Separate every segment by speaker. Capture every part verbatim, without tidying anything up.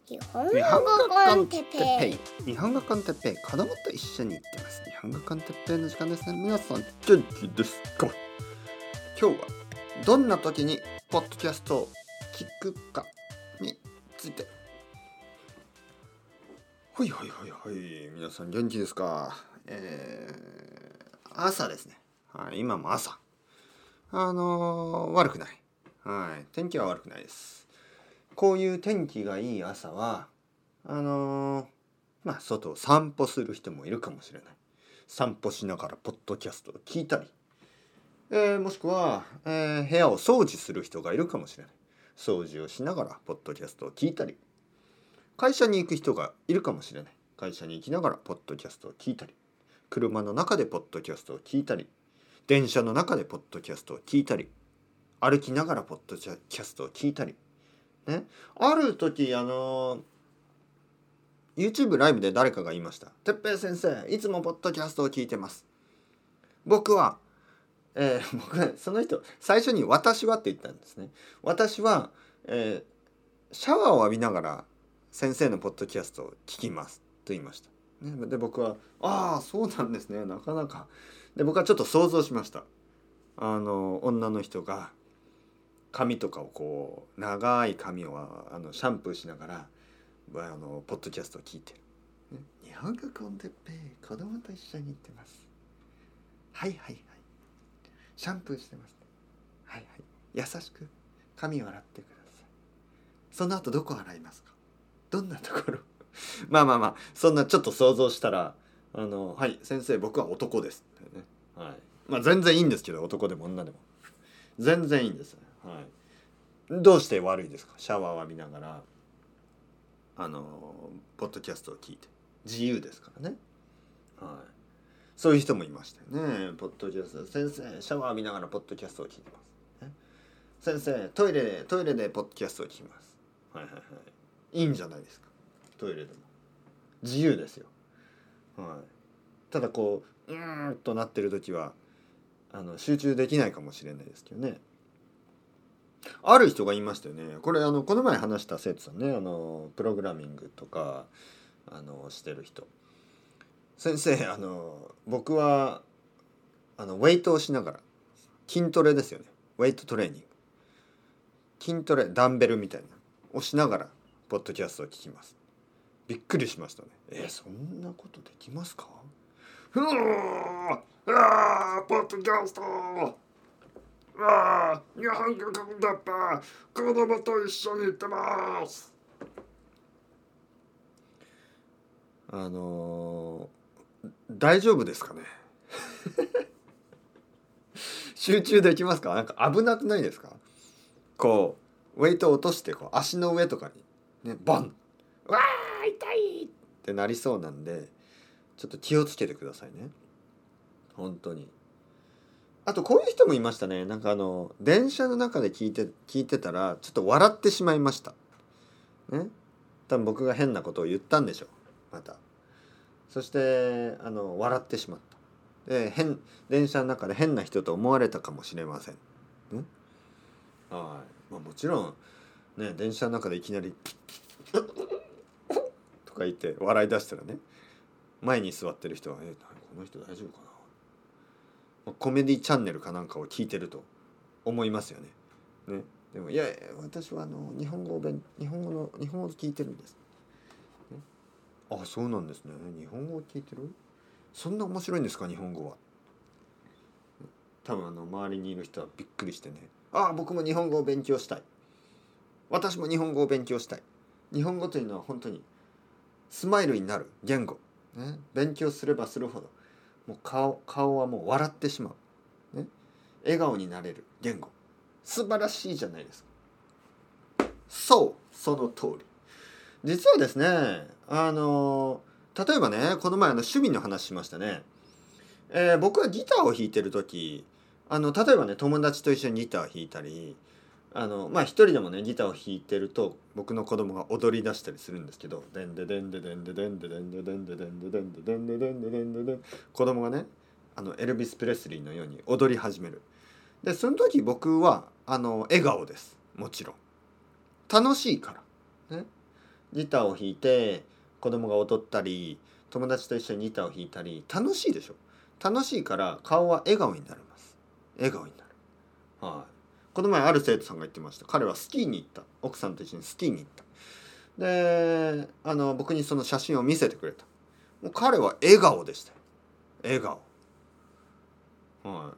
Speaker 1: 日本
Speaker 2: 日本語
Speaker 1: 語コンテッペイ。
Speaker 2: 日本語コンテッペイ、子供と一緒に行ってます。日本語コンテッペイの時間ですね。皆さん元気ですか？今日はどんな時にポッドキャストを聞くかについて。ほいほいほいほい、皆さん元気ですか？えー、朝ですね。はい、今も朝。あのー、悪くない。はい、天気は悪くないです。こういう天気がいい朝はあのー、まあ外を散歩する人もいるかもしれない。散歩しながらポッドキャストを聞いたり、えー、もしくは、えー、部屋を掃除する人がいるかもしれない。掃除をしながらポッドキャストを聞いたり、会社に行く人がいるかもしれない。会社に行きながらポッドキャストを聞いたり、車の中でポッドキャストを聞いたり、電車の中でポッドキャストを聞いたり、歩きながらポッドキャストを聞いたりね。ある時あの YouTube ライブで誰かが言いました。てっぺい先生、いつもポッドキャストを聞いてます。僕は、えー、僕その人最初に私はって言ったんですね。私は、えー、シャワーを浴びながら先生のポッドキャストを聞きますと言いました。ね、で僕はああそうなんですね、なかなか。で僕はちょっと想像しました。あの女の人が髪とかをこう長い髪をあのシャンプーしながらあのポッドキャストを聞いてる、ね、日本語コンテッペイ、子供と一緒に行ってます。はいはいはい、シャンプーしてます。はいはい、優しく髪を洗ってください。その後どこ洗いますか？どんなところまあまあまあ、そんなちょっと想像したらあのはい先生、僕は男ですって、ね、はい、まあ全然いいんですけど、男でも女でも全然いいんです。はい、どうして悪いですか？シャワーを浴びながらあのポッドキャストを聞いて、自由ですからね。はい、そういう人もいましたよね。ポッドキャスト、先生シャワー浴びながらポッドキャストを聞いてます、ね、先生トイレでトイレでポッドキャストを聞きます。はいはいはい、いいんじゃないですか。トイレでも自由ですよ。はい、ただこううーんとなってる時はあの集中できないかもしれないですけどね。ある人が言いましたよね。これあのこの前話した生徒さんね、あのプログラミングとかあのしてる人。先生、あの僕はあのウェイトをしながら、筋トレですよね。ウェイトトレーニング、筋トレダンベルみたいなをしながらポッドキャストを聞きます。びっくりしましたね。えー、そんなことできますか？ふわーうわーポッドキャストうわー日本語コンテッペイ、子供と一緒に行ってます。あのー、大丈夫ですかね集中できますか？なんか危なくないですか？こうウェイトを落としてこう足の上とかにね、ボン、うわー痛いってなりそうなんで、ちょっと気をつけてくださいね、本当に。あとこういう人もいましたね。なんかあの電車の中で聞いて聞いてたらちょっと笑ってしまいましたね。多分僕が変なことを言ったんでしょう、また。そしてあの笑ってしまった。で変電車の中で変な人と思われたかもしれません、ね。はい、まあ、もちろんね、電車の中でいきなりとか言って笑い出したらね、前に座ってる人はえこの人大丈夫かな、コメディチャンネルかなんかを聞いてると思いますよね。ね、でもいやいや私はあの日本語を勉日本語の日本語を聞いてるんです、ね。あ、そうなんですね。日本語を聞いてる。そんな面白いんですか、日本語は。多分あの周りにいる人はびっくりしてね、ああ僕も日本語を勉強したい、私も日本語を勉強したい。日本語というのは本当にスマイルになる言語、ね、勉強すればするほどもう 顔, 顔はもう笑ってしまう、ね、笑顔になれる言語、素晴らしいじゃないですか。そうその通り。実はですね、あの例えばね、この前あの趣味の話しましたね。えー、僕はギターを弾いてる時、あの例えばね友達と一緒にギターを弾いたり、あのまあ一人でもねギターを弾いてると僕の子供が踊り出したりするんですけど、でんででんででんででんででんででんででんででんででんででんででんででん、子供がねあのエルビス・プレスリーのように踊り始める。でその時僕はあの笑顔です。もちろん楽しいからね。 ギターを弾いて子供が踊ったり友達と一緒にギターを弾いたり楽しいでしょ。楽しいから顔は笑顔になります。笑顔になる。はい。この前ある生徒さんが言ってました。彼はスキーに行った。奥さんと一緒にスキーに行った。で、あの僕にその写真を見せてくれた。もう彼は笑顔でしたよ。笑顔。はい。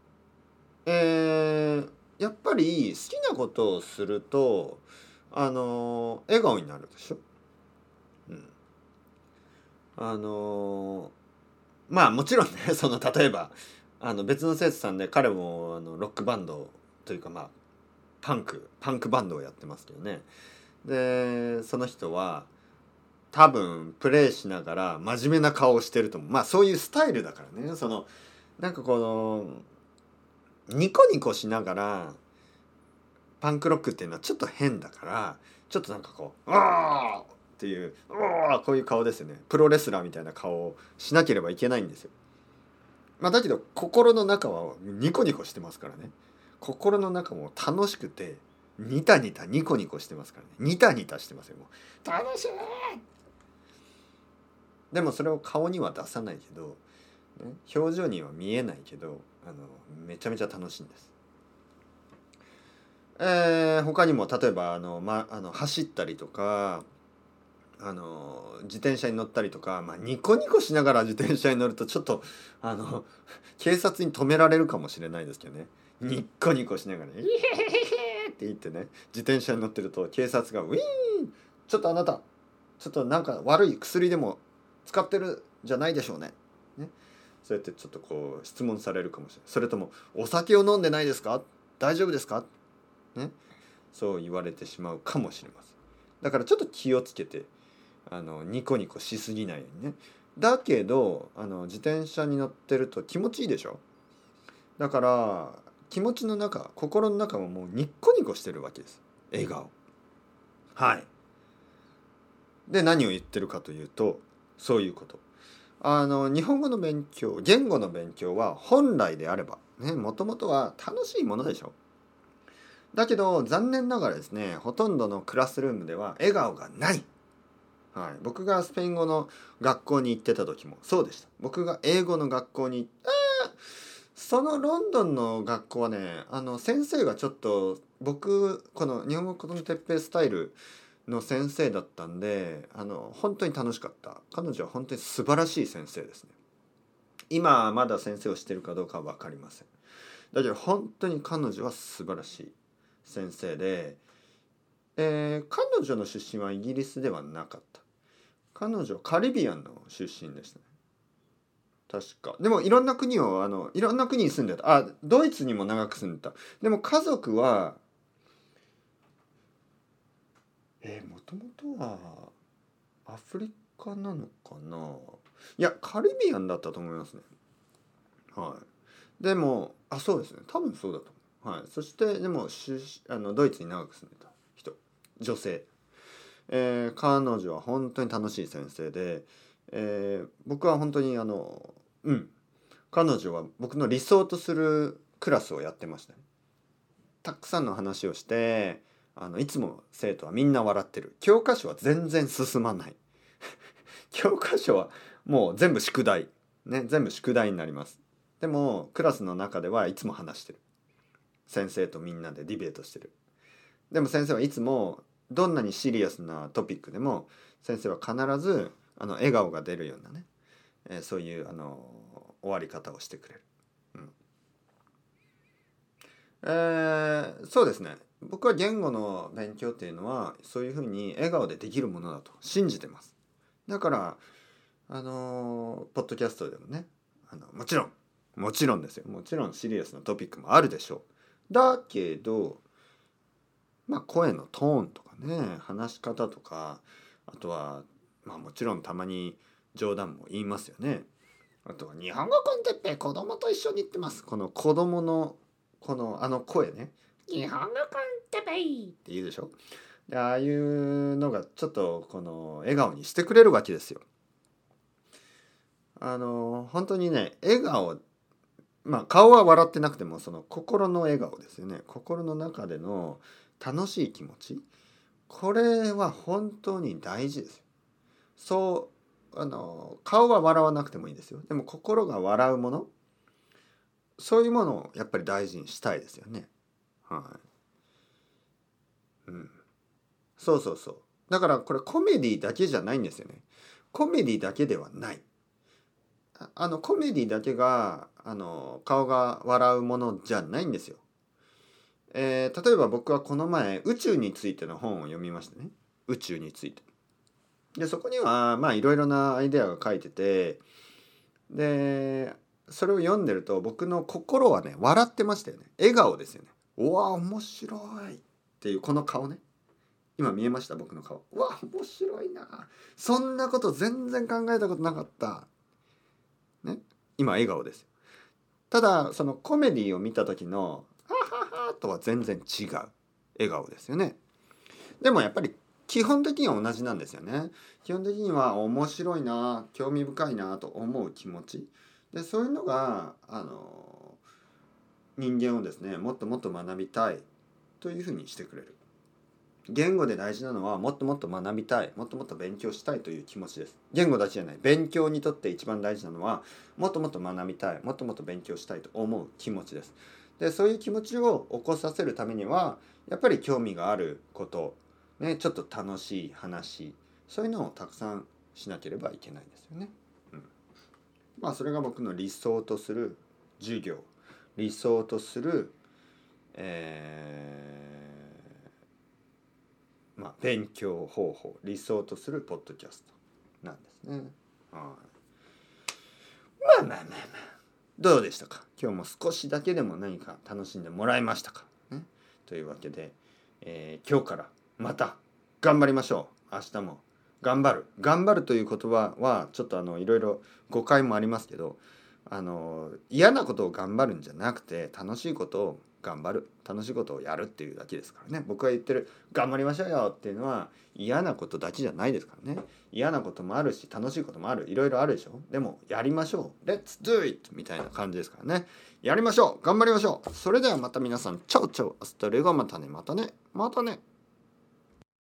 Speaker 2: えー、やっぱり好きなことをするとあの笑顔になるでしょ。うん。あのまあもちろんねその例えばあの別の生徒さんで彼もあのロックバンドというかまあパンクパンクバンドをやってますけどね。でその人は多分プレイしながら真面目な顔をしてると思う。まあそういうスタイルだからね。そのなんかこのニコニコしながらパンクロックっていうのはちょっと変だからちょっとなんかこうあーっていうあこういう顔ですよね。プロレスラーみたいな顔をしなければいけないんですよ。まあだけど心の中はニコニコしてますからね。心の中も楽しくてニタニタニコニコしてますからね。ニタニタしてますよ。もう楽しい。でもそれを顔には出さないけど、ね、表情には見えないけどあのめちゃめちゃ楽しいんです。えー、他にも例えばあの、ま、あの走ったりとかあの自転車に乗ったりとか、まあ、ニコニコしながら自転車に乗るとちょっとあの警察に止められるかもしれないですけどね。ニッコニコしながら「イエーイ!」って言ってね自転車に乗ってると警察が「ウィーンちょっとあなたちょっとなんか悪い薬でも使ってるじゃないでしょうね」ねそうやってちょっとこう質問されるかもしれない。それとも「お酒を飲んでないですか大丈夫ですか?」ねそう言われてしまうかもしれません。だからちょっと気をつけてあのニコニコしすぎないようにね。だけどあの自転車に乗ってると気持ちいいでしょ。だから気持ちの中心の中ももうニッコニコしてるわけです。笑顔。はい。で何を言ってるかというとそういうこと。あの日本語の勉強言語の勉強は本来であればねもともとは楽しいものでしょ。だけど残念ながらですねほとんどのクラスルームでは笑顔がない。はい、僕がスペイン語の学校に行ってた時もそうでした。僕が英語の学校にあそのロンドンの学校はねあの先生がちょっと僕この日本語コトンテッペイスタイルの先生だったんであの本当に楽しかった。彼女は本当に素晴らしい先生ですね。今まだ先生をしてるかどうかは分かりません。だけど本当に彼女は素晴らしい先生で、えー彼女の出身はイギリスではなかった。彼女はカリビアンの出身でしたね。確か。でもいろんな国をあのいろんな国に住んでた。あ、ドイツにも長く住んでた。でも家族はえー、もともとはアフリカなのかな。いやカリビアンだったと思いますね。はい。でもあそうですね。多分そうだと思う。はい。そしてでもしあのドイツに長く住んでた人女性。えー彼女は本当に楽しい先生で、えー僕は本当にあのうん彼女は僕の理想とするクラスをやってましたね。たくさんの話をしてあのいつも生徒はみんな笑ってる。教科書は全然進まない。教科書はもう全部宿題ね全部宿題になります。でもクラスの中ではいつも話してる。先生とみんなでディベートしてる。でも先生はいつもどんなにシリアスなトピックでも先生は必ずあの笑顔が出るようなね、えーそういうあの終わり方をしてくれる。うんえーそうですね。僕は言語の勉強っていうのはそういうふうに笑顔でできるものだと信じてます。だからあのポッドキャストでもねあのもちろんもちろんですよもちろんシリアスなトピックもあるでしょう。だけどまあ声のトーンとかね話し方とかあとはまあもちろんたまに冗談も言いますよね。あとは日本語コンテッペイ子供と一緒に言ってます。この子供のこのあの声ね日本語コンテッペイって言うでしょ。でああいうのがちょっとこの笑顔にしてくれるわけですよ。あの本当にね笑顔まあ顔は笑ってなくてもその心の笑顔ですよね。心の中での楽しい気持ちこれは本当に大事ですよ。そうあの顔は笑わなくてもいいですよ。でも心が笑うもの、そういうものをやっぱり大事にしたいですよね。はい。うん。そうそうそう。だからこれコメディだけじゃないんですよね。コメディだけではない。ああのコメディだけがあの顔が笑うものじゃないんですよ。えー例えば僕はこの前宇宙についての本を読みましたね。宇宙について。でそこにはまあいろいろなアイデアが書いてて、でそれを読んでると僕の心はね笑ってましたよね。笑顔ですよね。うわ面白いっていうこの顔ね。今見えました僕の顔。うわ面白いな。そんなこと全然考えたことなかった。ね。今笑顔です。ただそのコメディを見た時のはははとは全然違う笑顔ですよね。でもやっぱり基本的には同じなんですよね。基本的には面白いな、興味深いなと思う気持ちで、そういうのがあの人間をですねもっともっと学びたいというふうにしてくれる。言語で大事なのはもっともっと学びたい、もっともっと勉強したいという気持ちです。言語だけじゃない、勉強にとって一番大事なのはもっともっと学びたい、もっともっと勉強したいと思う気持ちです。でそういう気持ちを起こさせるためにはやっぱり興味があること、ね、ちょっと楽しい話、そういうのをたくさんしなければいけないんですよね。うん、まあそれが僕の理想とする授業、理想とする、えーまあ、勉強方法、理想とするポッドキャストなんですね。はい。まあまあまあまあ。どうでしたか？今日も少しだけでも何か楽しんでもらえましたか？ね。というわけで、えー今日からまた頑張りましょう。明日も頑張る。頑張るという言葉はちょっとあのいろいろ誤解もありますけど、あの嫌なことを頑張るんじゃなくて楽しいことを頑張る、楽しいことをやるっていうだけですからね。僕が言ってる頑張りましょうよっていうのは嫌なことだけじゃないですからね。嫌なこともあるし楽しいこともある、いろいろあるでしょ。でもやりましょう、 Let's do it みたいな感じですからね。やりましょう、頑張りましょう。それではまた皆さん、チャオチャオ、アスタレゴ、またねまたねまたね。